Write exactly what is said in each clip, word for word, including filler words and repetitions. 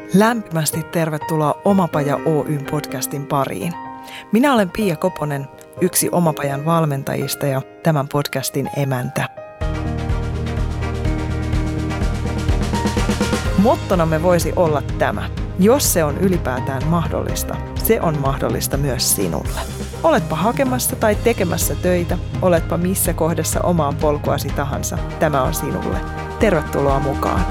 Lämpimästi tervetuloa Omapaja Oyn podcastin pariin. Minä olen Pia Koponen, yksi Omapajan valmentajista ja tämän podcastin emäntä. Mottonamme voisi olla tämä. Jos se on ylipäätään mahdollista, se on mahdollista myös sinulle. Oletpa hakemassa tai tekemässä töitä, oletpa missä kohdassa omaa polkuasi tahansa, tämä on sinulle. Tervetuloa mukaan.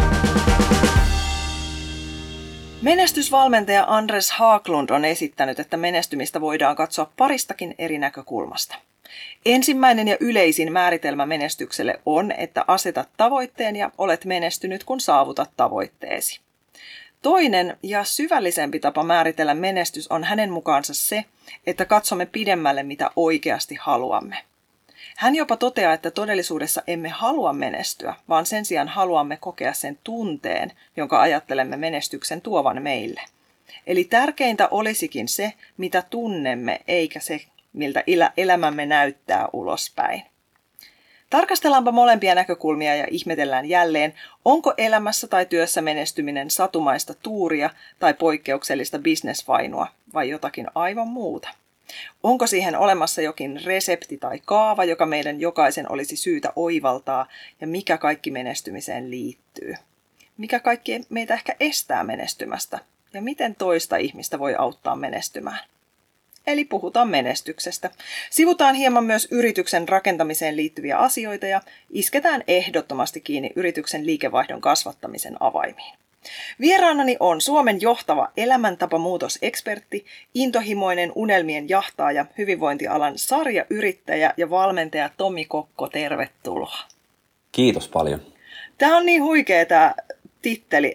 Menestysvalmentaja Andres Haglund on esittänyt, että menestymistä voidaan katsoa paristakin eri näkökulmasta. Ensimmäinen ja yleisin määritelmä menestykselle on, että asetat tavoitteen ja olet menestynyt, kun saavutat tavoitteesi. Toinen ja syvällisempi tapa määritellä menestys on hänen mukaansa se, että katsomme pidemmälle, mitä oikeasti haluamme. Hän jopa toteaa, että todellisuudessa emme halua menestyä, vaan sen sijaan haluamme kokea sen tunteen, jonka ajattelemme menestyksen tuovan meille. Eli tärkeintä olisikin se, mitä tunnemme, eikä se, miltä elämämme näyttää ulospäin. Tarkastellaanpa molempia näkökulmia ja ihmetellään jälleen, onko elämässä tai työssä menestyminen satumaista tuuria tai poikkeuksellista bisnesvainua vai jotakin aivan muuta. Onko siihen olemassa jokin resepti tai kaava, joka meidän jokaisen olisi syytä oivaltaa ja mikä kaikki menestymiseen liittyy? Mikä kaikki meitä ehkä estää menestymästä ja miten toista ihmistä voi auttaa menestymään? Eli puhutaan menestyksestä. Sivutaan hieman myös yrityksen rakentamiseen liittyviä asioita ja isketään ehdottomasti kiinni yrityksen liikevaihdon kasvattamisen avaimiin. Vieraanani on Suomen johtava elämäntapamuutosekspertti, intohimoinen unelmien jahtaaja, hyvinvointialan sarjayrittäjä ja valmentaja Tomi Kokko. Tervetuloa. Kiitos paljon. Tämä on niin huikea tämä titteli,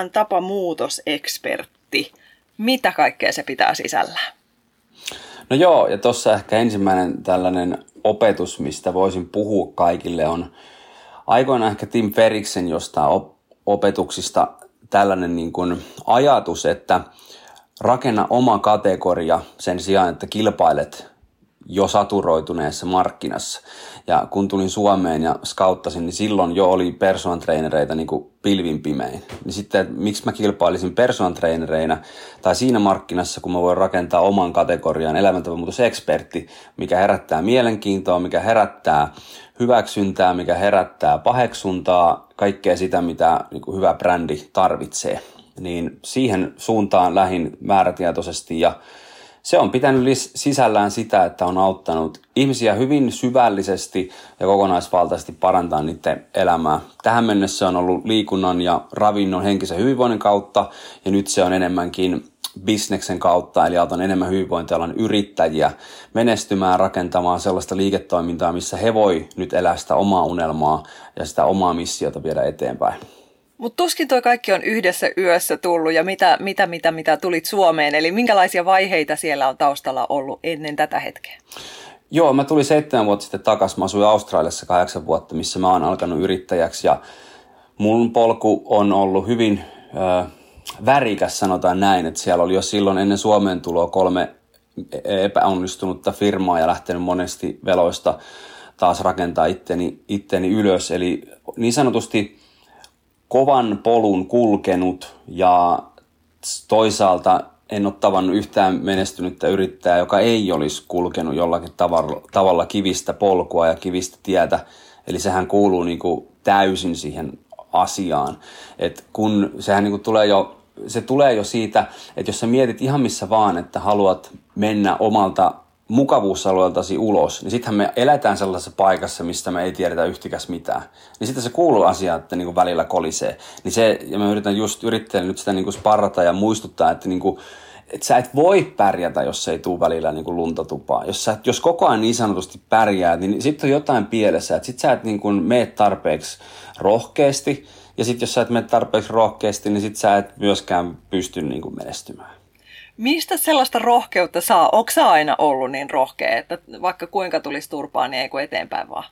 elämäntapamuutosekspertti. Mitä kaikkea se pitää sisällään? No joo, ja tuossa ehkä ensimmäinen tällainen opetus, mistä voisin puhua kaikille, on aikoinaan ehkä Tim Ferriksen jostain op- opetuksista tällainen niin kuin ajatus, että rakenna oma kategoria sen sijaan, että kilpailet jo saturoituneessa markkinassa. Ja kun tulin Suomeen ja skauttasin, niin silloin jo oli personal trainereita niin kuin pilvin pimein. Niin sitten, että miksi mä kilpailisin personal trainereina tai siinä markkinassa, kun mä voin rakentaa oman kategorian elämäntapamuutosekspertti, mikä herättää mielenkiintoa, mikä herättää hyväksyntää, mikä herättää paheksuntaa, kaikkea sitä, mitä niin kuin hyvä brändi tarvitsee. Niin siihen suuntaan lähin määrätietoisesti ja se on pitänyt sisällään sitä, että on auttanut ihmisiä hyvin syvällisesti ja kokonaisvaltaisesti parantaa niiden elämää. Tähän mennessä on ollut liikunnan ja ravinnon henkisen hyvinvoinnin kautta ja nyt se on enemmänkin bisneksen kautta, eli autan enemmän hyvinvointialan yrittäjiä menestymään, rakentamaan sellaista liiketoimintaa, missä he voi nyt elää sitä omaa unelmaa ja sitä omaa missiota viedä eteenpäin. Mutta tuskin toi kaikki on yhdessä yössä tullut ja mitä, mitä, mitä, mitä tulit Suomeen, eli minkälaisia vaiheita siellä on taustalla ollut ennen tätä hetkeä? Joo, mä tulin seitsemän vuotta sitten takaisin. Mä asuin Australiassa kahdeksan vuotta, missä mä oon alkanut yrittäjäksi ja mun polku on ollut hyvin äh, värikäs, sanotaan näin, että siellä oli jo silloin ennen Suomeen tuloa kolme epäonnistunutta firmaa ja lähtenyt monesti veloista taas rakentaa itteni, itteni ylös, eli niin sanotusti kovan polun kulkenut ja toisaalta en ole tavannut yhtään menestynyttä yrittäjää, joka ei olisi kulkenut jollakin tavalla, tavalla kivistä polkua ja kivistä tietä. Eli sehän kuuluu niin kuin täysin siihen asiaan. Et kun sehän niin kuin tulee jo, se tulee jo siitä, että jos sä mietit ihan missä vaan, että haluat mennä omalta mukavuusalueeltasi ulos, niin sittenhän me eletään sellaisessa paikassa, mistä me ei tiedetä yhtikäs mitään. Niin sitten se kuuluu asia, että niin kuin välillä kolisee. Niin se, ja mä yritän just yrittää nyt sitä niin kuin sparrata ja muistuttaa, että, niin kuin, että sä et voi pärjätä, jos ei tule välillä niin kuin luntatupaa. Jos, sä, jos koko ajan niin sanotusti pärjäät, niin sitten on jotain pielessä. Että sit sä et niin kuin mene tarpeeksi rohkeasti, ja sitten jos sä et mene tarpeeksi rohkeasti, niin sit sä et myöskään pysty niin kuin menestymään. Mistä sellaista rohkeutta saa? Onko sä aina ollut niin rohkea, että vaikka kuinka tulisi turpaa, niin ei kun eteenpäin vaan?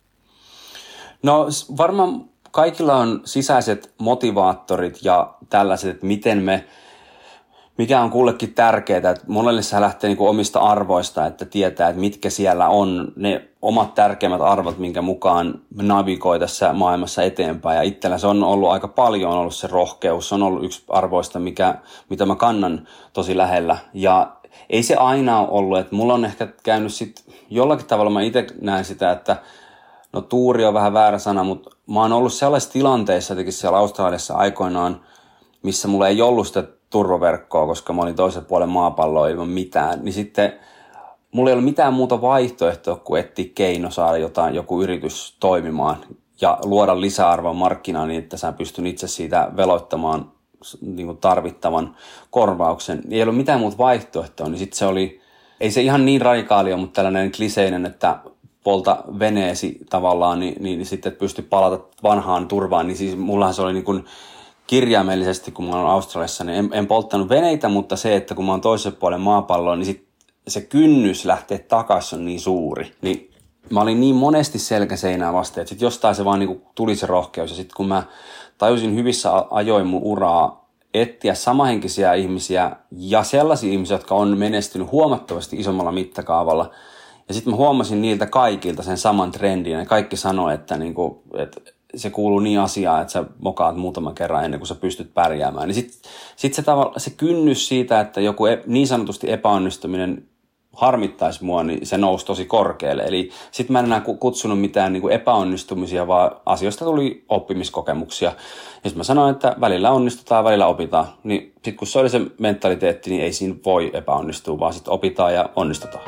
No varmaan kaikilla on sisäiset motivaattorit ja tällaiset, että miten me, mikä on kullekin tärkeää, että monelle se lähtee niin kuin omista arvoista, että tietää, että mitkä siellä on ne omat tärkeimmät arvot, minkä mukaan navigoi tässä maailmassa eteenpäin. Ja itsellä se on ollut aika paljon, on ollut se rohkeus, se on ollut yksi arvoista, mikä, mitä mä kannan tosi lähellä. Ja ei se aina ole ollut, että mulla on ehkä käynyt sitten jollakin tavalla, mä itse näen sitä, että no tuuri on vähän väärä sana, mutta mä oon ollut sellaisissa tilanteissa jotenkin siellä Australiassa aikoinaan, missä mulla ei ollut sitä turvaverkkoa, koska mä olin toisen puolen maapalloa ilman mitään, niin sitten mulla ei ollut mitään muuta vaihtoehtoa kuin etsiä keino saada jotain, joku yritys toimimaan ja luoda lisäarvoa markkinaan niin, että sä pystyn itse siitä veloittamaan niin kuin tarvittavan korvauksen. Ei ollut mitään muuta vaihtoehtoa, niin sitten se oli, ei se ihan niin radikaalia, mutta tällainen kliseinen, että polta veneesi tavallaan, niin, niin, niin sitten pysty palata vanhaan turvaan, niin siis mullahan se oli niin kuin kirjaimellisesti, kun mä olen Australiassa, niin en, en polttanut veneitä, mutta se, että kun mä oon toisen puolen maapalloa, niin sit se kynnys lähteä takaisin on niin suuri. Niin mä olin niin monesti selkäseinää vastaan, että sit jostain se vaan niinku tuli se rohkeus. Ja sitten kun mä tajusin hyvissä ajoin mun uraa etsiä samahenkisiä ihmisiä ja sellaisia ihmisiä, jotka on menestynyt huomattavasti isommalla mittakaavalla. Ja sitten mä huomasin niiltä kaikilta sen saman trendin ja kaikki sanoi, että, niinku, että se kuuluu niin asiaan, että sä mokaat muutaman kerran ennen kuin sä pystyt pärjäämään. Niin sitten sit se, se kynnys siitä, että joku e, niin sanotusti epäonnistuminen harmittaisi mua, niin se nousi tosi korkealle. Eli sitten mä en enää kutsunut mitään niin kuin epäonnistumisia, vaan asioista tuli oppimiskokemuksia. Ja sitten mä sanoin, että välillä onnistutaan, välillä opitaan. Niin sitten kun se oli se mentaliteetti, niin ei siinä voi epäonnistua, vaan sitten opitaan ja onnistutaan.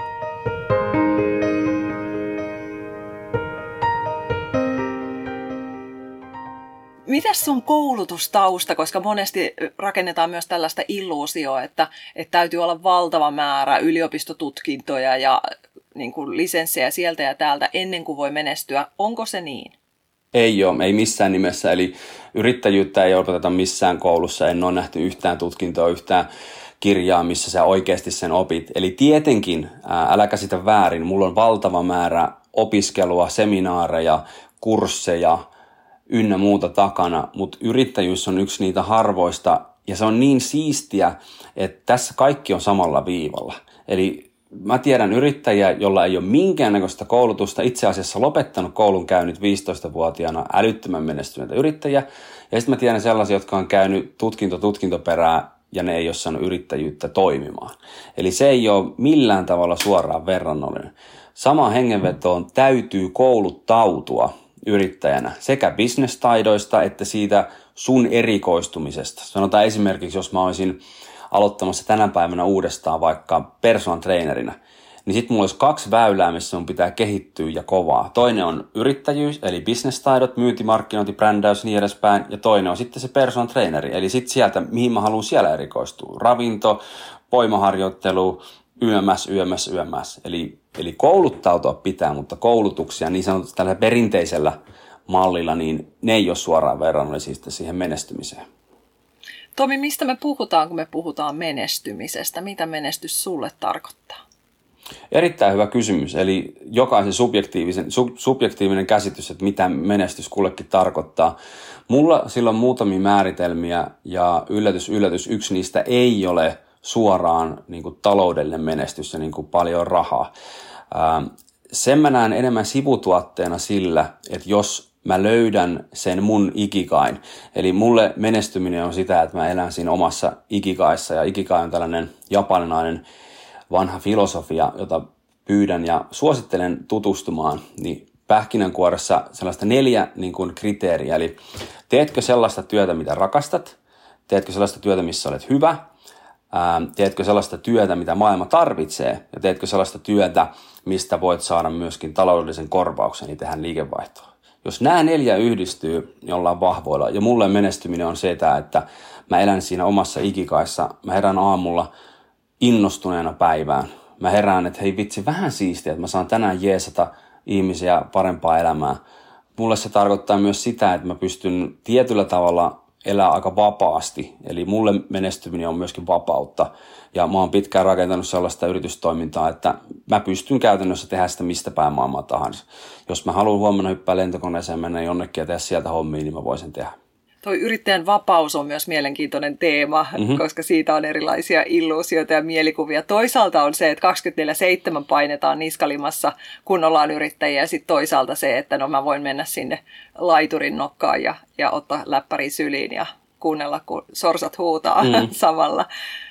Mitäs sun koulutustausta, koska monesti rakennetaan myös tällaista illuusioa, että, että täytyy olla valtava määrä yliopistotutkintoja ja niin kuin lisenssejä sieltä ja täältä ennen kuin voi menestyä. Onko se niin? Ei ole, ei missään nimessä. Eli yrittäjyyttä ei opeteta missään koulussa. En ole nähty yhtään tutkintoa, yhtään kirjaa, missä sä oikeasti sen opit. Eli tietenkin, ää, älä käsitä väärin, mulla on valtava määrä opiskelua, seminaareja, kursseja, ynnä muuta takana, mutta yrittäjyys on yksi niitä harvoista, ja se on niin siistiä, että tässä kaikki on samalla viivalla. Eli mä tiedän yrittäjiä, jolla ei ole minkäännäköistä koulutusta, itse asiassa lopettanut koulun käynyt viisitoistavuotiaana älyttömän menestyneitä yrittäjiä, ja sitten mä tiedän sellaisia, jotka on käynyt tutkinto tutkintoperää, ja ne ei ole saanut yrittäjyyttä toimimaan. Eli se ei ole millään tavalla suoraan verrannollinen. Samaan hengenvetoon täytyy kouluttautua yrittäjänä sekä bisnestaidoista että siitä sun erikoistumisesta. Sanotaan esimerkiksi, jos mä olisin aloittamassa tänä päivänä uudestaan vaikka personal trainerina, niin sitten mulla olisi kaksi väylää, missä mun pitää kehittyä ja kovaa. Toinen on yrittäjyys, eli bisnestaidot, myynti, markkinointi, brändäys, niin edespäin. Ja toinen on sitten se personal traineri, eli sitten sieltä, mihin mä haluan siellä erikoistua. Ravinto, voimaharjoittelu, yms, yms, yms. Eli, eli kouluttautua pitää, mutta koulutuksia niin sanotusti tällä perinteisellä mallilla, niin ne ei ole suoraan verrannollisia siihen menestymiseen. Tomi, mistä me puhutaan, kun me puhutaan menestymisestä? Mitä menestys sulle tarkoittaa? Erittäin hyvä kysymys. Eli jokaisen subjektiivisen, sub, subjektiivinen käsitys, että mitä menestys kullekin tarkoittaa. Mulla sillä on muutamia määritelmiä ja yllätys, yllätys, yksi niistä ei ole suoraan niin kuin taloudellinen menestys ja niin kuin paljon rahaa. Ää, sen mä näen enemmän sivutuotteena sillä, että jos mä löydän sen mun ikikain, eli mulle menestyminen on sitä, että mä elän siinä omassa ikikaissa, ja ikikai on tällainen japanilainen vanha filosofia, jota pyydän ja suosittelen tutustumaan, niin pähkinänkuoressa sellaista neljä niin kuin kriteeriä, eli teetkö sellaista työtä, mitä rakastat, teetkö sellaista työtä, missä olet hyvä, ää, teetkö sellaista työtä, mitä maailma tarvitsee, ja teetkö sellaista työtä, mistä voit saada myöskin taloudellisen korvauksen, niin tehdään liikevaihtoa. Jos nämä neljä yhdistyy, niin ollaan vahvoilla. Ja mulle menestyminen on se, että mä elän siinä omassa ikikaissa. Mä herään aamulla innostuneena päivään. Mä herään, että hei vitsi, vähän siistiä, että mä saan tänään jeesata ihmisiä parempaa elämää. Mulle se tarkoittaa myös sitä, että mä pystyn tietyllä tavalla elää aika vapaasti. Eli mulle menestyminen on myöskin vapautta. Ja mä oon pitkään rakentanut sellaista yritystoimintaa, että mä pystyn käytännössä tehdä sitä mistä päin maailmaa tahansa. Jos mä haluan huomenna hyppää lentokoneeseen, mennä jonnekin ja tehdä sieltä hommia, niin mä voisin tehdä. Toi yrittäjän vapaus on myös mielenkiintoinen teema, mm-hmm. koska siitä on erilaisia illuusioita ja mielikuvia. Toisaalta on se, että kaksikymmentäneljä seitsemän painetaan niskalimassa, kun ollaan yrittäjiä. Ja sitten toisaalta se, että no mä voin mennä sinne laiturin nokkaan ja, ja ottaa läppäri syliin ja kuunnella, kun sorsat huutaa mm-hmm. samalla.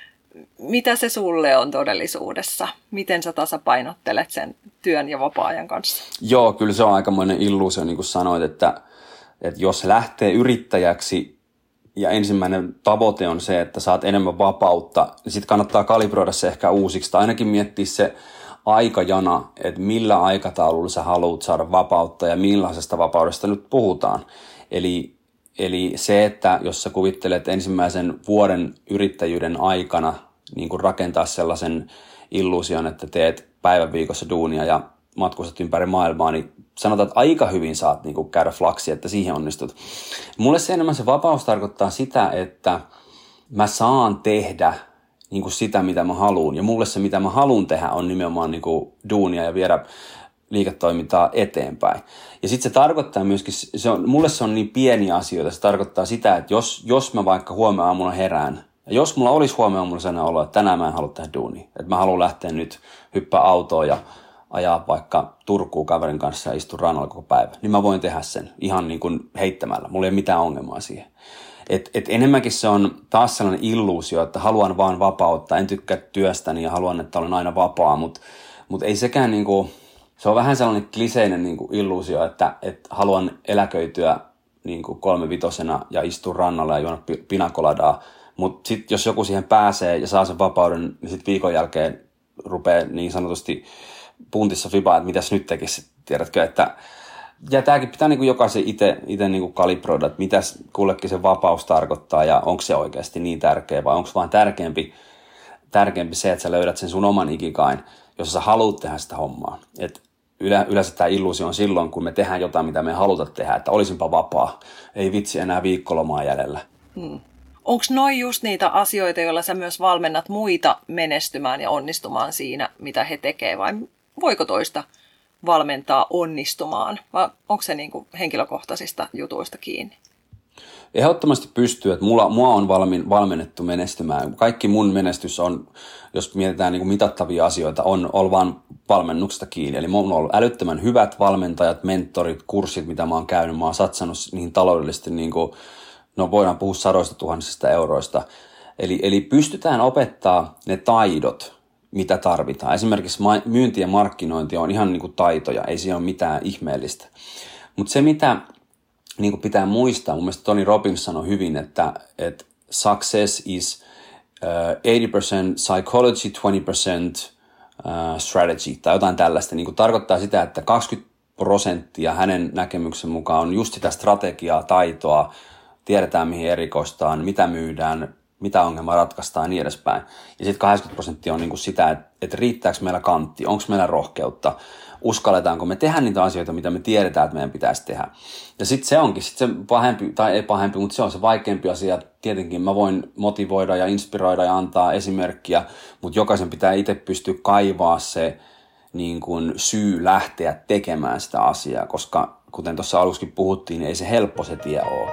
Mitä se sulle on todellisuudessa? Miten sä tasapainottelet sen työn ja vapaa-ajan kanssa? Joo, kyllä se on aikamoinen illuusio, niin kuin sanoit, että, että jos lähtee yrittäjäksi ja ensimmäinen tavoite on se, että saat enemmän vapautta, niin sitten kannattaa kalibroida se ehkä uusiksi tai ainakin miettiä se aikajana, että millä aikataululla sä haluat saada vapautta ja millaisesta vapaudesta nyt puhutaan. Eli Eli se, että jos sä kuvittelet ensimmäisen vuoden yrittäjyyden aikana niin kuin rakentaa sellaisen illuusion, että teet päivän viikossa duunia ja matkustat ympäri maailmaa, niin sanotaan, että aika hyvin saat niin kuin käydä flaksi, että siihen onnistut. Mulle se enemmän se vapaus tarkoittaa sitä, että mä saan tehdä niin kuin sitä, mitä mä haluun. Ja mulle se, mitä mä haluun tehdä, on nimenomaan niin kuin duunia ja viedä liiketoimintaa eteenpäin. Ja sitten se tarkoittaa myöskin, se on, mulle se on niin pieniä asioita, se tarkoittaa sitä, että jos, jos mä vaikka huomenna aamulla herään, ja jos mulla olisi huomenna aamulla sellainen olo, että tänään mä en halua tehdä duunia, että mä haluan lähteä nyt hyppää autoon ja ajaa vaikka Turkuun kaverin kanssa ja istua rannalla koko päivä, niin mä voin tehdä sen ihan niin kuin heittämällä. Mulla ei ole mitään ongelmaa siihen. Et, et enemmänkin se on taas sellainen illuusio, että haluan vaan vapautta, en tykkää työstäni ja haluan, että olen aina vapaa, mutta mut ei sekään niin kuin, se on vähän sellainen kliseinen niin kuin illuusio, että, että haluan eläköityä niin kuin kolmevitosena ja istua rannalla ja juoda pinakoladaa. Mutta sitten jos joku siihen pääsee ja saa sen vapauden, niin sitten viikon jälkeen rupeaa niin sanotusti puntissa fibaa, että mitäs nyt tekisi, tiedätkö, että ja tämäkin pitää niin kuin jokaisen itse niin kuin kalibroida, että mitäs kullekin se vapaus tarkoittaa ja onko se oikeasti niin tärkeä vai onko vaan tärkeämpi, tärkeämpi se, että sä löydät sen sun oman ikikain, jos sä haluat tehdä sitä hommaa. Et yleensä tämä illuusio on silloin, kun me tehdään jotain, mitä me ei haluta tehdä, että olisinpa vapaa, ei vitsi enää viikkolomaa jäljellä. Hmm. Onko noi just niitä asioita, joilla sä myös valmennat muita menestymään ja onnistumaan siinä, mitä he tekevät, vai voiko toista valmentaa onnistumaan, vai onko se niin kuin henkilökohtaisista jutuista kiinni? Ehdottomasti pystyy, että mulla, mua on valmin, valmennettu menestymään. Kaikki mun menestys on, jos mietitään niin kuin mitattavia asioita, on, on vaan valmennuksesta kiinni. Eli mulla on ollut älyttömän hyvät valmentajat, mentorit, kurssit, mitä mä oon käynyt. Mä oon satsannut niihin taloudellisesti, niin kuin, no voidaan puhua sadoista tuhansista euroista. Eli, eli pystytään opettaa ne taidot, mitä tarvitaan. Esimerkiksi myynti ja markkinointi on ihan niin kuin taitoja, ei siinä ole mitään ihmeellistä. Mutta se, mitä niin kuin pitää muistaa, mun mielestä Tony Robbins sanoi hyvin, että, että success is uh, eighty percent psychology, twenty percent uh, strategy, tai jotain tällaista. Niin kuin tarkoittaa sitä, että kaksikymmentä prosenttia hänen näkemyksen mukaan on just sitä strategiaa, taitoa, tiedetään mihin erikoistaan, mitä myydään, mitä ongelmaa ratkaistaan ja niin edespäin. Ja sitten kahdeksankymmentä prosenttia on niinku sitä, että, että riittääkö meillä kantti, onko meillä rohkeutta, uskalletaanko me tehdä niitä asioita, mitä me tiedetään, että meidän pitäisi tehdä. Ja sitten se onkin sit se pahempi, tai ei pahempi, mutta se on se vaikeampi asia. Tietenkin mä voin motivoida ja inspiroida ja antaa esimerkkiä, mutta jokaisen pitää itse pystyä kaivaa se niin kun syy lähteä tekemään sitä asiaa, koska kuten tuossa aluskin puhuttiin, niin ei se helppo se tie ole.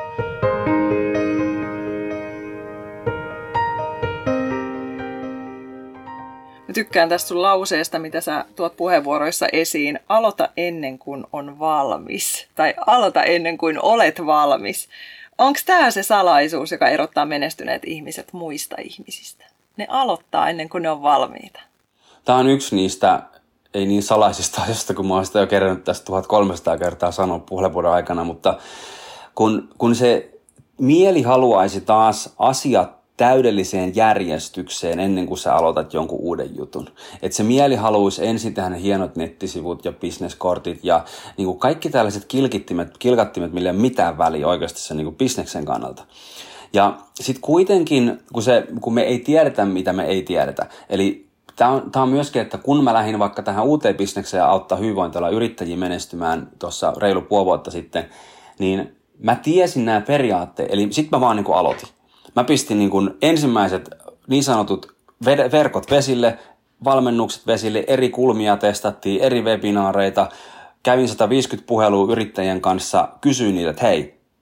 Mä tykkään tästä sun lauseesta, mitä sä tuot puheenvuoroissa esiin. Aloita ennen kuin on valmis. Tai aloita ennen kuin olet valmis. Onko tämä se salaisuus, joka erottaa menestyneet ihmiset muista ihmisistä? Ne aloittaa ennen kuin ne on valmiita. Tämä on yksi niistä, ei niin salaisista asioista, kun mä oon sitä jo kerännyt tästä tuhatkolmesataa kertaa sanoa puolen vuoden aikana, mutta kun, kun se mieli haluaisi taas asiat täydelliseen järjestykseen ennen kuin sä aloitat jonkun uuden jutun. Että se mieli haluaisi ensin tehdä ne hienot nettisivut ja businesskortit ja niin kuin kaikki tällaiset kilkittimet, kilkattimet, millä ei ole mitään väliä oikeasti sen niin kuin bisneksen kannalta. Ja sitten kuitenkin, kun, se, kun me ei tiedetä, mitä me ei tiedetä. Eli tämä on, on myöskin, että kun mä lähdin vaikka tähän uuteen bisnekseen ja auttaa hyvinvointialan yrittäjiä menestymään tuossa reilu puoli vuotta sitten, niin mä tiesin nämä periaatteet. Eli sitten mä vaan niin kuin aloitin. Mä pistin niin kuin ensimmäiset niin sanotut verkot vesille, valmennukset vesille, eri kulmia testattiin, eri webinaareita. Kävin sata viisikymmentä puhelua yrittäjien kanssa, kysyin niille, että hei,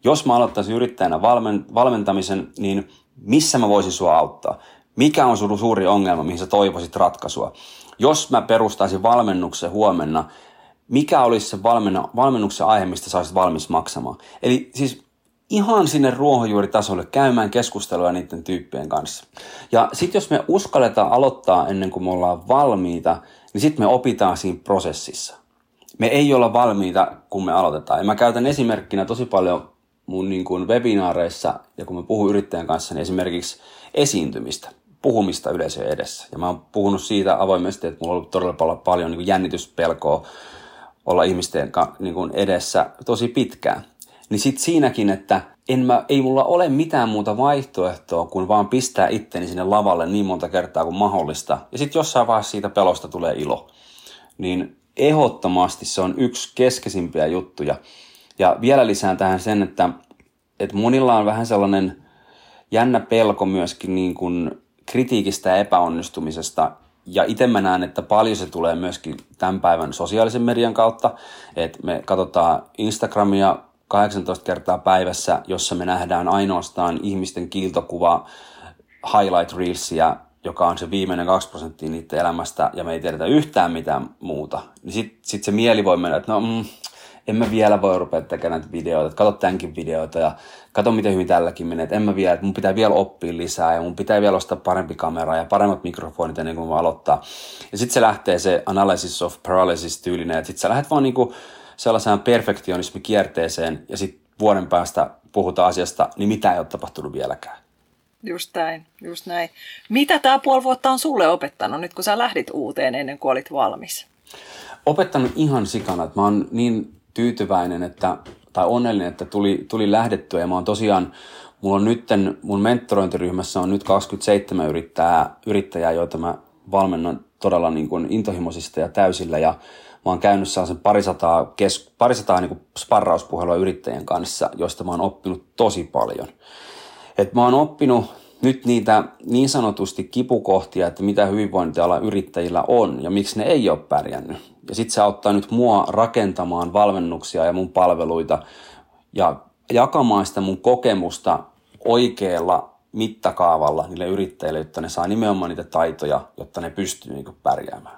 Jos mä aloittaisin yrittäjänä valmen, valmentamisen, niin missä mä voisin sua auttaa? Mikä on sun suuri ongelma, mihin sä toivoisit ratkaisua? Jos mä perustaisin valmennuksen huomenna, mikä olisi se valmenna, valmennuksen aihe, mistä sä olisit valmis maksamaan? Eli siis ihan sinne ruohonjuuritasolle käymään keskustelua niiden tyyppien kanssa. Ja sitten jos me uskalletaan aloittaa ennen kuin me ollaan valmiita, niin sitten me opitaan siinä prosessissa. Me ei olla valmiita, kun me aloitetaan. Ja mä käytän esimerkkinä tosi paljon mun niin kuin webinaareissa, ja kun mä puhun yrittäjän kanssa, niin esimerkiksi esiintymistä, puhumista yleisön edessä. Ja mä oon puhunut siitä avoimesti, että mulla on ollut todella paljon niin kuin jännityspelkoa olla ihmisten niin kuin edessä tosi pitkään. Niin sit siinäkin, että en mä, ei mulla ole mitään muuta vaihtoehtoa, kuin vaan pistää itteni sinne lavalle niin monta kertaa kuin mahdollista. Ja sitten jossain vaiheessa siitä pelosta tulee ilo. Niin ehdottomasti se on yksi keskeisimpiä juttuja. Ja vielä lisään tähän sen, että, että monilla on vähän sellainen jännä pelko myöskin niin kuin kritiikistä ja epäonnistumisesta. Ja itse mä näen, että paljon se tulee myöskin tämän päivän sosiaalisen median kautta. Että me katsotaan Instagramia kahdeksantoista kertaa päivässä, jossa me nähdään ainoastaan ihmisten kiiltokuva highlight reelsia, joka on se viimeinen kaksi prosenttia niiden elämästä, ja me ei tiedetä yhtään mitään muuta. Niin sitten sit se mieli voi mennä, että no mm, en mä vielä voi rupea tekemään näitä videoita, että katso tämänkin videoita ja katso miten hyvin tälläkin menee, että en mä vielä, että mun pitää vielä oppia lisää ja mun pitää vielä ostaa parempi kamera ja paremmat mikrofonit ennen kuin mä aloittaa. Ja sitten se lähtee se analysis of paralysis tyylinen, että sitten sä lähdet vaan niinku sellaiseen perfektionismikierteeseen ja sitten vuoden päästä puhutaan asiasta, niin mitä ei ole tapahtunut vieläkään. Just näin, just näin. Mitä tämä puoli vuotta on sulle opettanut nyt, kun sä lähdit uuteen ennen kuin olit valmis? Opettanut ihan sikana, että mä oon niin tyytyväinen, että, tai onnellinen, että tuli, tuli lähdettyä. Ja mä oon tosiaan, mulla on nytten, mun mentorointiryhmässä on nyt kaksikymmentäseitsemän yrittäjää, yrittäjää joita mä valmennan todella niin kuin intohimoisista ja täysillä. Ja mä oon käynyt sellaisen parisataa, kes, parisataa niin kuin sparrauspuhelua yrittäjien kanssa, joista mä oon oppinut tosi paljon. Et mä oon oppinut nyt niitä niin sanotusti kipukohtia, että mitä hyvinvointialan yrittäjillä on ja miksi ne ei ole pärjännyt. Ja sit se auttaa nyt mua rakentamaan valmennuksia ja mun palveluita ja jakamaan sitä mun kokemusta oikealla mittakaavalla niille yrittäjille, jotta ne saa nimenomaan niitä taitoja, jotta ne pystyy niinku pärjäämään.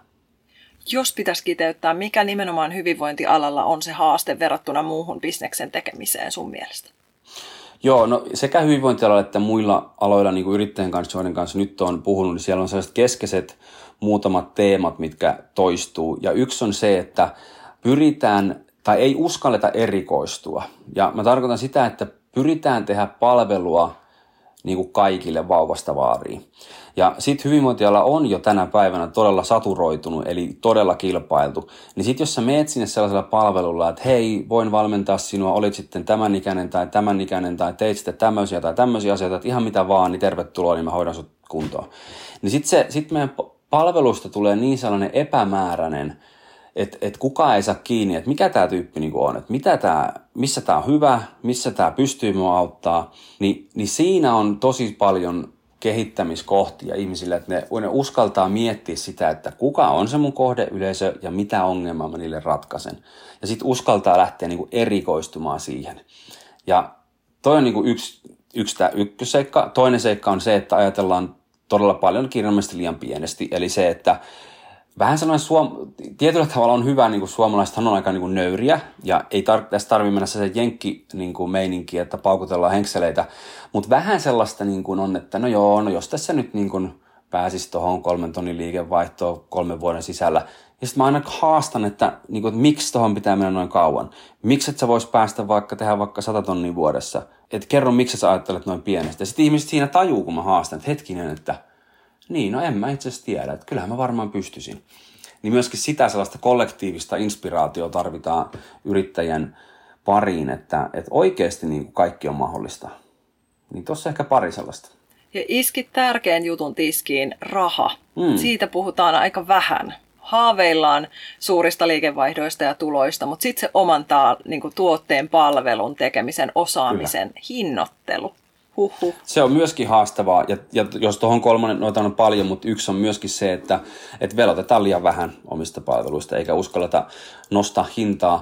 Jos pitäisi kiteyttää, mikä nimenomaan hyvinvointialalla on se haaste verrattuna muuhun bisneksen tekemiseen sun mielestä? Joo, no sekä hyvinvointialalla että muilla aloilla niin kuin yrittäjän kanssa, joiden kanssa nyt on puhunut, niin siellä on sellaiset keskeiset muutamat teemat, mitkä toistuu. Ja yksi on se, että pyritään tai ei uskalleta erikoistua. Ja mä tarkoitan sitä, että pyritään tehdä palvelua niin kuin kaikille vauvasta vaariin. Ja sitten hyvinvointiala on jo tänä päivänä todella saturoitunut, eli todella kilpailtu. Niin sitten jos sä meet sinne sellaisella palvelulla, että hei, voin valmentaa sinua, olit sitten tämän ikäinen tai tämän ikäinen tai teit sitten tämmöisiä tai tämmöisiä asioita, että ihan mitä vaan, niin tervetuloa, niin mä hoidan sut kuntoon. Niin sitten sit meidän palvelusta tulee niin sellainen epämääräinen, että et kukaan ei saa kiinni, että mikä tämä tyyppi niinku on, että mitä tää, missä tämä on hyvä, missä tämä pystyy mua auttaa, niin, niin siinä on tosi paljon kehittämiskohtia ihmisille, että ne, ne uskaltaa miettiä sitä, että kuka on se mun kohdeyleisö ja mitä ongelmaa mä niille ratkaisen. Ja sitten uskaltaa lähteä niinku erikoistumaan siihen. Ja toi on niinku yksi, yksi tämä ykkösseikka. Toinen seikka on se, että ajatellaan todella paljon kirjallisesti liian pienesti, eli se, että vähän sellainen suom... tietyllä tavalla on hyvä, niin kuin suomalaisethan on aika niin kuin nöyriä, ja ei tar... tässä tarvitse mennä se jenkki niin kuin meininki, että paukutellaan henkseleitä, mutta vähän sellaista niin kuin on, että no joo, no jos tässä nyt niin kuin pääsisi tuohon kolmen tonnin liikevaihtoon kolmen vuoden sisällä, ja sitten mä aina haastan, että, niin kuin, että miksi tuohon pitää mennä noin kauan, miksi et sä vois päästä vaikka, tehdä vaikka sata tonnia vuodessa, että kerro miksi sä ajattelet noin pienestä, ja sitten ihmiset siinä tajuu, kun mä haastan, että hetkinen, että niin, no en mä itse asiassa tiedä, että kyllähän mä varmaan pystyisin. Niin myöskin sitä sellaista kollektiivista inspiraatiota tarvitaan yrittäjän pariin, että, että oikeasti niin kuin kaikki on mahdollista. Niin tossa ehkä pari sellaista. Ja iskit tärkeän jutun tiskiin, raha. Mm. Siitä puhutaan aika vähän. Haaveillaan suurista liikevaihdoista ja tuloista, mutta sitten se oman taa, niin kuin tuotteen, palvelun tekemisen, osaamisen, Kyllä. hinnoittelu. Huhhuh. Se on myöskin haastavaa, ja, ja jos tuohon kolmannen, noita on paljon, mutta yksi on myöskin se, että, että velotetaan liian vähän omista palveluista, eikä uskalleta nostaa hintaa.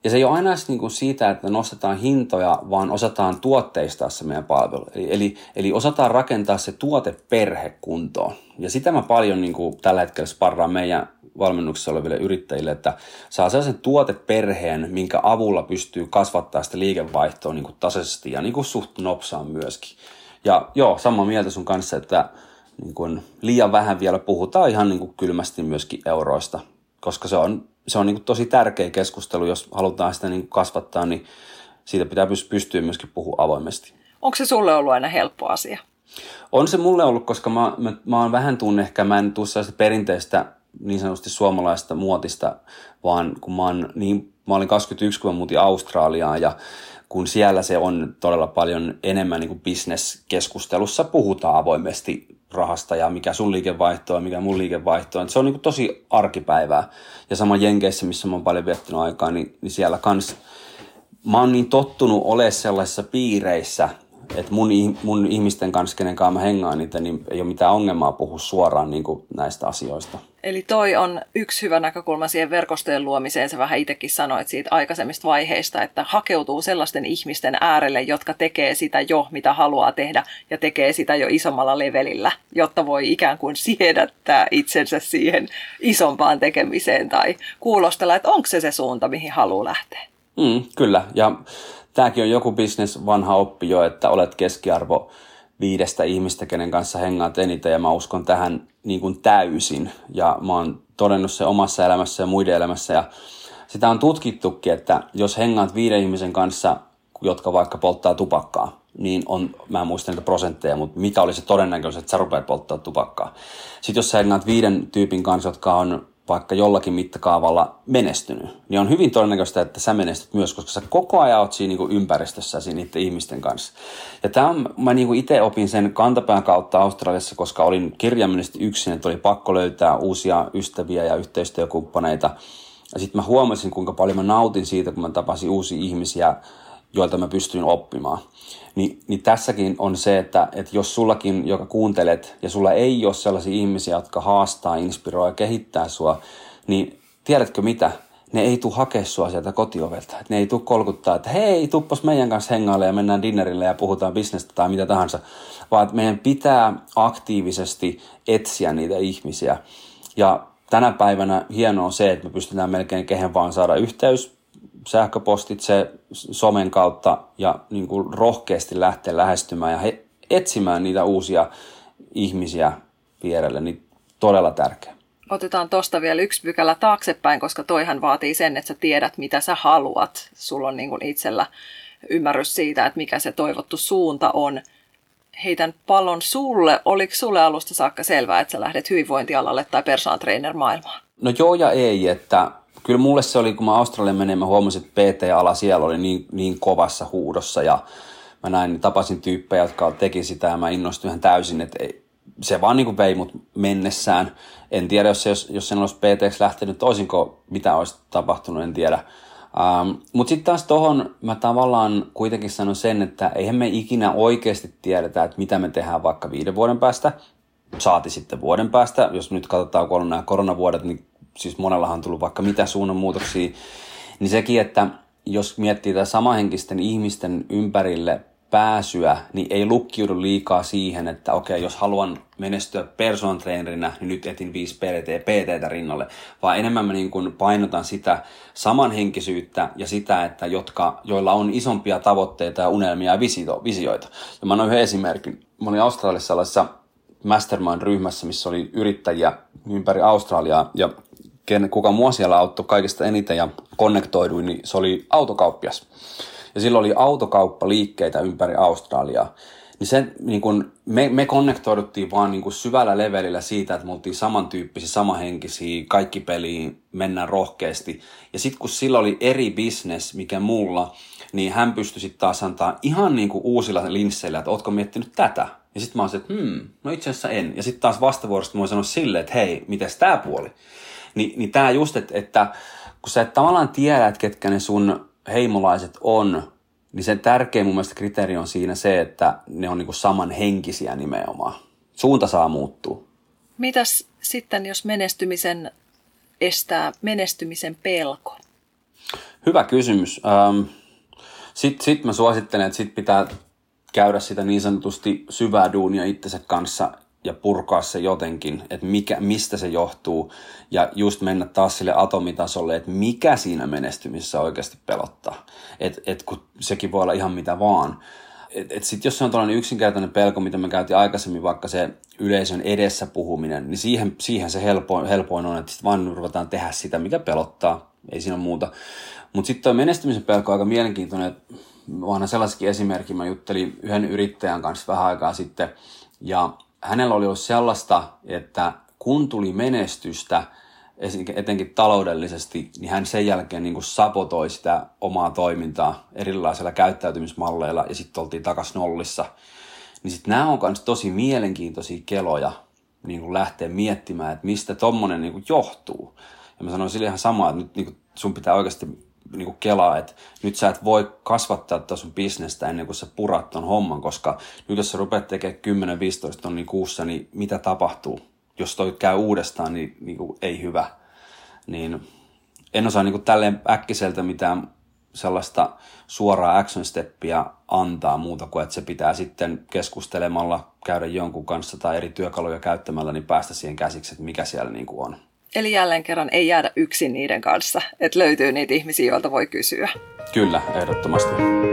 Ja se ei ole aina niin kuin siitä, että nostetaan hintoja, vaan osataan tuotteistaa se meidän palvelu. Eli, eli, eli osataan rakentaa se tuoteperhe kuntoon. Ja sitä mä paljon niin kuin tällä hetkellä sparraan meidän valmennuksessa oleville yrittäjille, että saa sellaisen tuoteperheen, minkä avulla pystyy kasvattaa sitä liikevaihtoa niin kuin tasaisesti ja niin kuin suht nopsaan myöskin. Ja joo, samaa mieltä sun kanssa, että niin kuin liian vähän vielä puhutaan ihan niin kuin kylmästi myöskin euroista, koska se on, se on niin kuin tosi tärkeä keskustelu, jos halutaan sitä niin kuin kasvattaa, niin siitä pitää pystyä myöskin puhua avoimesti. Onko se sulle ollut aina helppo asia? On se mulle ollut, koska mä, mä, mä oon vähän tunne, ehkä mä en tule sellaista perinteistä niin sanotusti suomalaista muotista, vaan kun mä, oon niin, mä olin kaksikymmentäyksi, kun mä muutin Australiaan ja kun siellä se on todella paljon enemmän niin kuin business-keskustelussa, puhutaan avoimesti rahasta ja mikä sun liikevaihto on, mikä mun liikevaihto on. Se on niin kuin tosi arkipäivää. Ja sama Jenkeissä, missä mä oon paljon viettänyt aikaa, niin, niin siellä kans mä oon niin tottunut olemaan sellaisissa piireissä, että mun, mun ihmisten kanssa, kenen kanssa mä hengaan niitä, niin ei ole mitään ongelmaa puhua suoraan niin kuin näistä asioista. Eli toi on yksi hyvä näkökulma siihen verkostojen luomiseen. Sä vähän itsekin sanoit siitä aikaisemmista vaiheista, että hakeutuu sellaisten ihmisten äärelle, jotka tekee sitä jo, mitä haluaa tehdä, ja tekee sitä jo isommalla levelillä, jotta voi ikään kuin siedättää itsensä siihen isompaan tekemiseen tai kuulostella, että onko se se suunta, mihin haluaa lähteä. Mm, kyllä, ja tämäkin on joku business vanha oppi jo, että olet keskiarvo viidestä ihmistä, kenen kanssa hengaat eniten, ja mä uskon tähän niin kuin täysin. Ja mä oon todennut se omassa elämässä ja muiden elämässä, ja sitä on tutkittukin, että jos hengaat viiden ihmisen kanssa, jotka vaikka polttaa tupakkaa, niin on, mä en muista niitä prosentteja, mutta mikä oli se todennäköisyys, että sä rupeat polttaa tupakkaa. Sitten jos sä hengaat viiden tyypin kanssa, jotka on vaikka jollakin mittakaavalla menestynyt, niin on hyvin todennäköistä, että sä menestyt myös, koska sä koko ajan oot siinä niin ympäristössä niiden ihmisten kanssa. Ja tämän mä niin itse opin sen kantapään kautta Australiassa, koska olin kirjaimellisesti yksin, että oli pakko löytää uusia ystäviä ja yhteistyökumppaneita. Ja sitten mä huomasin, kuinka paljon mä nautin siitä, kun mä tapasin uusia ihmisiä, joilta mä pystyin oppimaan. Ni, niin tässäkin on se, että, että jos sullakin, joka kuuntelet, ja sulla ei ole sellaisia ihmisiä, jotka haastaa, inspiroi ja kehittää sua, niin tiedätkö mitä? Ne ei tule hakea sua sieltä kotiovelta. Ne ei tule kolkuttaa, että hei, tuppas meidän kanssa hengaille ja mennään dinnerille ja puhutaan bisnestä tai mitä tahansa. Vaan meidän pitää aktiivisesti etsiä niitä ihmisiä. Ja tänä päivänä hienoa on se, että me pystytään melkein kehen vaan saada yhteys, sähköpostitse, somen kautta ja niin kuin rohkeasti lähteä lähestymään ja he, etsimään niitä uusia ihmisiä vierelle, niin todella tärkeä. Otetaan tuosta vielä yksi pykälä taaksepäin, koska toihan vaatii sen, että sä tiedät, mitä sä haluat. Sulla on niin kuin itsellä ymmärrys siitä, että mikä se toivottu suunta on. Heitän pallon sulle. Oliko sulle alusta saakka selvää, että sä lähdet hyvinvointialalle tai personal trainer maailmaan? No joo ja ei, että kyllä mulle se oli, kun mä Australiaan menin, mä huomasin, että P T-ala siellä oli niin, niin kovassa huudossa ja mä näin, tapasin tyyppejä, jotka teki sitä ja mä innostuin ihan täysin, että ei, se vaan niin kuin vei mut mennessään. En tiedä, jos, jos, jos sen olisi P T:ksi lähtenyt toisinko, mitä olisi tapahtunut, en tiedä. Um, Mutta sitten taas tohon mä tavallaan kuitenkin sanon sen, että eihän me ikinä oikeasti tiedetä, että mitä me tehdään vaikka viiden vuoden päästä, saati sitten vuoden päästä. Jos nyt katsotaan, kun on nämä koronavuodet, niin siis monellahan on tullut vaikka mitä suunnanmuutoksia, niin sekin, että jos miettii tätä samahenkisten ihmisten ympärille pääsyä, niin ei lukkiudu liikaa siihen, että okei, jos haluan menestyä personal trainerina, niin nyt etin viisi P T:tä rinnalle, vaan enemmän mä niin kuin painotan sitä samanhenkisyyttä ja sitä, että jotka, joilla on isompia tavoitteita ja unelmia ja visioita. Ja mä annan yhden esimerkin. Mä olin Australiassa sellaisessa mastermind-ryhmässä, missä oli yrittäjiä ympäri Australiaa ja kuka mua siellä auttoi kaikista eniten ja konnektoiduin, niin se oli autokauppias. Ja sillä oli autokauppaliikkeitä ympäri Australiaa. Niin se, niin kun, me, me konnektoiduttiin vaan niin kun syvällä levelillä siitä, että me oltiin samantyyppisiä, samahenkisiä, kaikki peliin, mennään rohkeasti. Ja sitten kun sillä oli eri business, mikä mulla, niin hän pystyi sitten taas antaa ihan niin kuin uusilla linsseillä, että ootko miettinyt tätä? Ja sitten mä olisin, että hmm, no itse asiassa en. Ja sitten taas vastavuorosta mä voin sanoa silleen, että hei, mites tää puoli? Ni, niin tää just, että, että kun sä et tavallaan tiedä, että ketkä ne sun heimolaiset on, niin sen tärkein mun mielestä kriteeri on siinä se, että ne on niinku samanhenkisiä nimenomaan. Suunta saa muuttua. Mitäs sitten, jos menestymisen estää menestymisen pelko? Hyvä kysymys. Ähm, Sitten sit mä suosittelen, että sit pitää käydä sitä niin sanotusti syvää duunia itsensä kanssa ja purkaa se jotenkin, että mikä, mistä se johtuu. Ja just mennä taas sille atomitasolle, että mikä siinä menestymisessä oikeasti pelottaa. Että et, kun sekin voi olla ihan mitä vaan. Että et sitten jos se on tällainen yksinkertainen pelko, mitä me käytiin aikaisemmin, vaikka se yleisön edessä puhuminen, niin siihen, siihen se helpoin, helpoin on, että sitten vaan ruvetaan tehdä sitä, mikä pelottaa. Ei siinä muuta. Mutta sitten tuo menestymisen pelko on aika mielenkiintoinen, että vanha sellaisikin esimerkki. Mä juttelin yhden yrittäjän kanssa vähän aikaa sitten, ja hänellä oli ollut sellaista, että kun tuli menestystä, etenkin taloudellisesti, niin hän sen jälkeen niin kuin sabotoi sitä omaa toimintaa erilaisilla käyttäytymismalleilla, ja sitten oltiin takaisin nollissa. Niin sitten nämä on myös tosi mielenkiintoisia keloja niin kuin lähteä miettimään, että mistä tommonen niin kuin johtuu. Ja mä sanoin sille ihan samaa, että nyt niin kuin sun pitää oikeasti niin kuin kelaa, että nyt sä et voi kasvattaa tuota sun bisnestä ennen kuin sä purat ton homman, koska nyt jos sä rupeat tekemään kymmenen viisitoista tonnia kuussa, niin mitä tapahtuu? Jos toi käy uudestaan, niin, niin kuin ei hyvä. Niin en osaa niin kuin tälleen äkkiseltä mitään sellaista suoraa action steppia antaa muuta kuin, että se pitää sitten keskustelemalla, käydä jonkun kanssa tai eri työkaluja käyttämällä, niin päästä siihen käsiksi, että mikä siellä niin kuin on. Eli jälleen kerran ei jäädä yksin niiden kanssa, että löytyy niitä ihmisiä, joilta voi kysyä. Kyllä, ehdottomasti.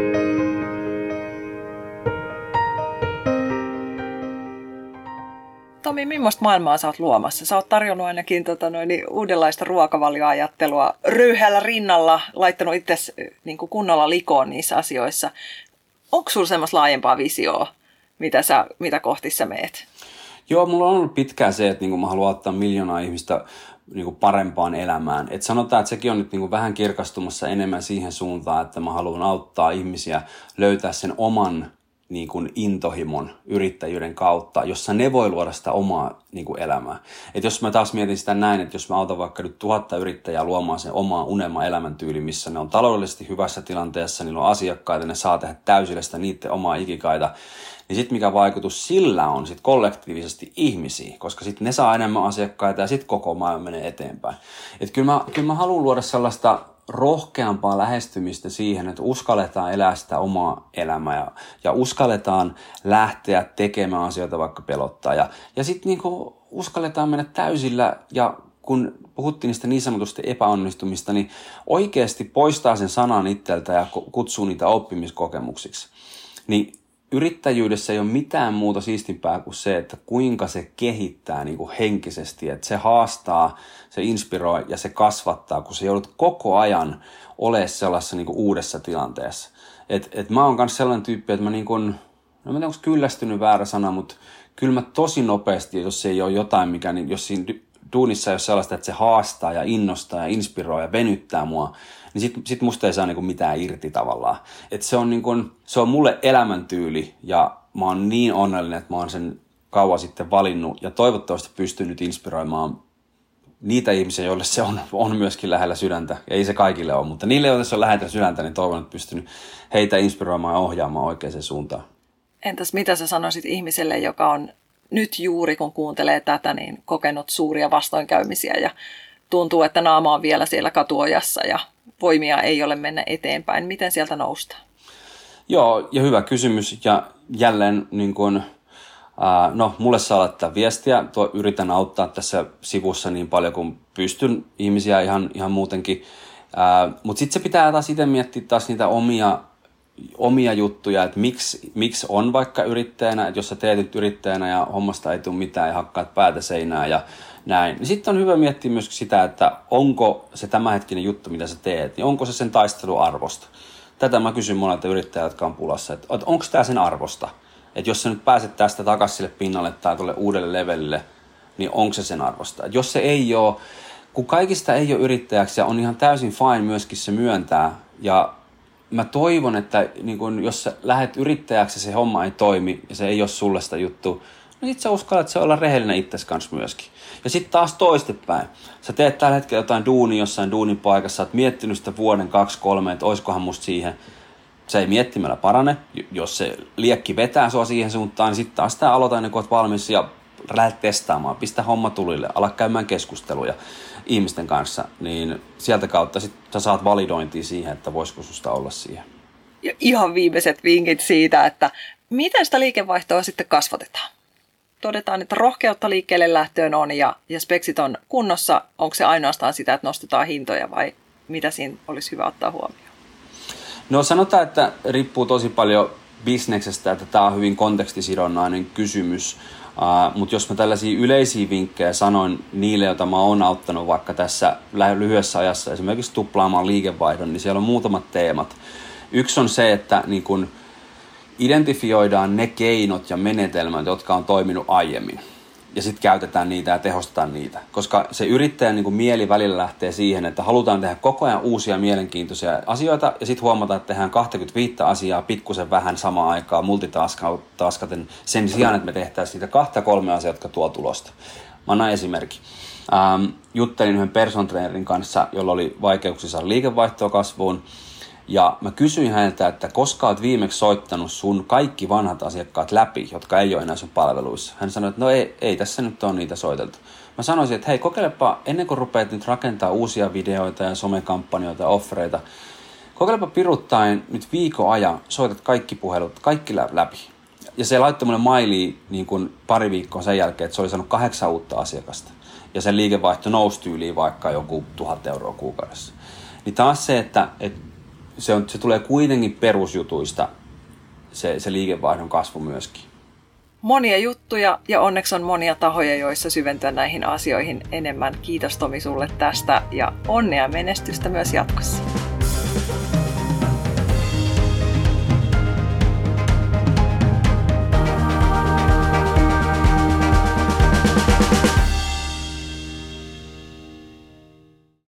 Tomi, millaista maailmaa sä oot luomassa? Sä oot tarjonnut ainakin tota, noin, niin uudenlaista ruokavalioajattelua röyhällä rinnalla, laittanut itse niin kuin kunnolla likoon niissä asioissa. Onko sulla semmoista laajempaa visioa, mitä, sä, mitä kohti sä meet? Joo, mulla on ollut pitkään se, että niinku mä haluan ottaa miljoonaa ihmistä niinku parempaan elämään. Et sanotaan, että sekin on nyt niinku vähän kirkastumassa enemmän siihen suuntaan, että mä haluan auttaa ihmisiä löytää sen oman niinku intohimon yrittäjyyden kautta, jossa ne voi luoda sitä omaa niinku elämää. Et jos mä taas mietin sitä näin, että jos mä autan vaikka nyt tuhatta yrittäjää luomaan sen omaa unelma elämäntyyli, missä ne on taloudellisesti hyvässä tilanteessa, niillä on asiakkaita, ne saa tehdä täysillä sitä niiden omaa ikikaita, niin sitten mikä vaikutus sillä on sit kollektiivisesti ihmisiin, koska sitten ne saa enemmän asiakkaita ja sitten koko maailma menee eteenpäin. Että kyllä mä, kyllä mä haluan luoda sellaista rohkeampaa lähestymistä siihen, että uskalletaan elää sitä omaa elämää ja, ja uskalletaan lähteä tekemään asioita, vaikka pelottaa. Ja, ja sitten niinku uskalletaan mennä täysillä ja kun puhuttiin niistä niin sanotusti epäonnistumista, niin oikeasti poistaa sen sanan itseltä ja kutsuu niitä oppimiskokemuksiksi. Niin yrittäjyydessä ei ole mitään muuta siistimpää kuin se, että kuinka se kehittää niin kuin henkisesti, että se haastaa, se inspiroi ja se kasvattaa, kun se joudut koko ajan olemaan sellaisessa niin kuin uudessa tilanteessa. Et, et mä oon myös sellainen tyyppi, että mä niin kuin, no mä en tiedä, onko kyllästynyt väärä sana, mutta kyllä mä tosi nopeasti, jos ei ole jotain, mikä, niin jos siinä duunissa ei ole sellaista, että se haastaa ja innostaa ja inspiroi ja venyttää mua, niin sit, sit musta ei saa niinku mitään irti tavallaan. Et se on, niinku, se on mulle elämäntyyli ja mä oon niin onnellinen, että mä oon sen kauan sitten valinnut ja toivottavasti pystyn nyt inspiroimaan niitä ihmisiä, joille se on, on myöskin lähellä sydäntä. Ei se kaikille ole, mutta niille, joille se on lähellä sydäntä, niin toivon, että pystyn heitä inspiroimaan ja ohjaamaan oikeaan suuntaan. Entäs mitä sä sanoisit ihmiselle, joka on nyt juuri kun kuuntelee tätä, niin kokenut suuria vastoinkäymisiä ja tuntuu, että naama on vielä siellä katuojassa ja voimia ei ole mennä eteenpäin. Miten sieltä noustaan? Joo, ja hyvä kysymys. Ja jälleen, niin kun, ää, no, mulle saa laittaa viestiä. Tuo, yritän auttaa tässä sivussa niin paljon kuin pystyn ihmisiä ihan, ihan muutenkin. Mutta sitten se pitää taas itse miettiä taas niitä omia, omia juttuja, että miksi, miksi on vaikka yrittäjänä, että jos sä teet nyt yrittäjänä ja hommasta ei tule mitään ja hakkaat päätä seinään ja näin. Niin sitten on hyvä miettiä myös sitä, että onko se tämänhetkinen juttu, mitä sä teet, niin onko se sen taistelun arvosta. Tätä mä kysyn monelta yrittäjältä, jotka on pulassa, että onko tämä sen arvosta? Että jos sä nyt pääset tästä takaisin sille pinnalle tai tuolle uudelle levelille, niin onko se sen arvosta? Et jos se ei ole, kun kaikista ei ole yrittäjäksi ja on ihan täysin fine myöskin se myöntää ja mä toivon, että niin kun, jos sä lähdet yrittäjäksi ja se homma ei toimi ja se ei ole sulle sitä juttu, niin sit sä uskallat se olla rehellinen itsesi kanssa myöskin. Ja sitten taas toistepäin. Sä teet tällä hetkellä jotain duunia jossain duunin paikassa, sä oot miettinyt sitä vuoden, kaksi, kolme, että oiskohan musta siihen. Se ei miettimällä parane. Jos se liekki vetää sua siihen suuntaan, niin sitten taas tää aloita ennen kuin oot valmis ja lähde testaamaan, pistä homma tulille, ala käymään keskusteluja ihmisten kanssa, niin sieltä kautta sit sä saat validointia siihen, että voisiko susta olla siihen. Ja ihan viimeiset vinkit siitä, että miten sitä liikevaihtoa sitten kasvatetaan. Todetaan, että rohkeutta liikkeelle lähtöön on ja, ja speksit on kunnossa. Onko se ainoastaan sitä, että nostetaan hintoja vai mitä siinä olisi hyvä ottaa huomioon? No sanotaan, että riippuu tosi paljon bisneksestä, että tämä on hyvin kontekstisidonnainen kysymys. Uh, mutta jos mä tällaisia yleisiä vinkkejä sanoin niille, joita mä oon auttanut vaikka tässä lyhyessä ajassa esimerkiksi tuplaamaan liikevaihdon, niin siellä on muutamat teemat. Yksi on se, että niin kun identifioidaan ne keinot ja menetelmät, jotka on toiminut aiemmin. Ja sitten käytetään niitä ja tehostetaan niitä. Koska se yrittäjän niin kun mieli välillä lähtee siihen, että halutaan tehdä koko ajan uusia mielenkiintoisia asioita. Ja sitten huomataan, että tehdään kaksikymmentäviisi asiaa pikkusen vähän samaan aikaan multitaskaten sen sijaan, että me tehtäisiin niitä kahta kolme asiaa, jotka tuo tulosta. Mä annan esimerkki. Ähm, juttelin yhden personal trainerin kanssa, jolla oli vaikeuksia saada liikevaihtoa kasvuun. Ja mä kysyin häneltä, että koska olet viimeksi soittanut sun kaikki vanhat asiakkaat läpi, jotka ei ole enää sun palveluissa. Hän sanoi, että no ei, ei tässä nyt ole niitä soiteltu. Mä sanoisin, että hei, kokeilepa ennen kuin rupeat nyt rakentaa uusia videoita ja somekampanjoita ja offereita, kokeilepa piruttaen nyt viikon ajan, soitat kaikki puhelut, kaikki läpi. Ja se laittoi mulle mailiin niin kuin pari viikkoa sen jälkeen, että se oli saanut kahdeksan uutta asiakasta. Ja sen liikevaihto nousi tyyliin vaikka joku tuhat euroa kuukaudessa. Niin taas se, että, että Se, on, se tulee kuitenkin perusjutuista, se, se liikevaihdon kasvu myöskin. Monia juttuja ja onneksi on monia tahoja, joissa syventyä näihin asioihin enemmän. Kiitos Tomi sulle tästä ja onnea ja menestystä myös jatkossa.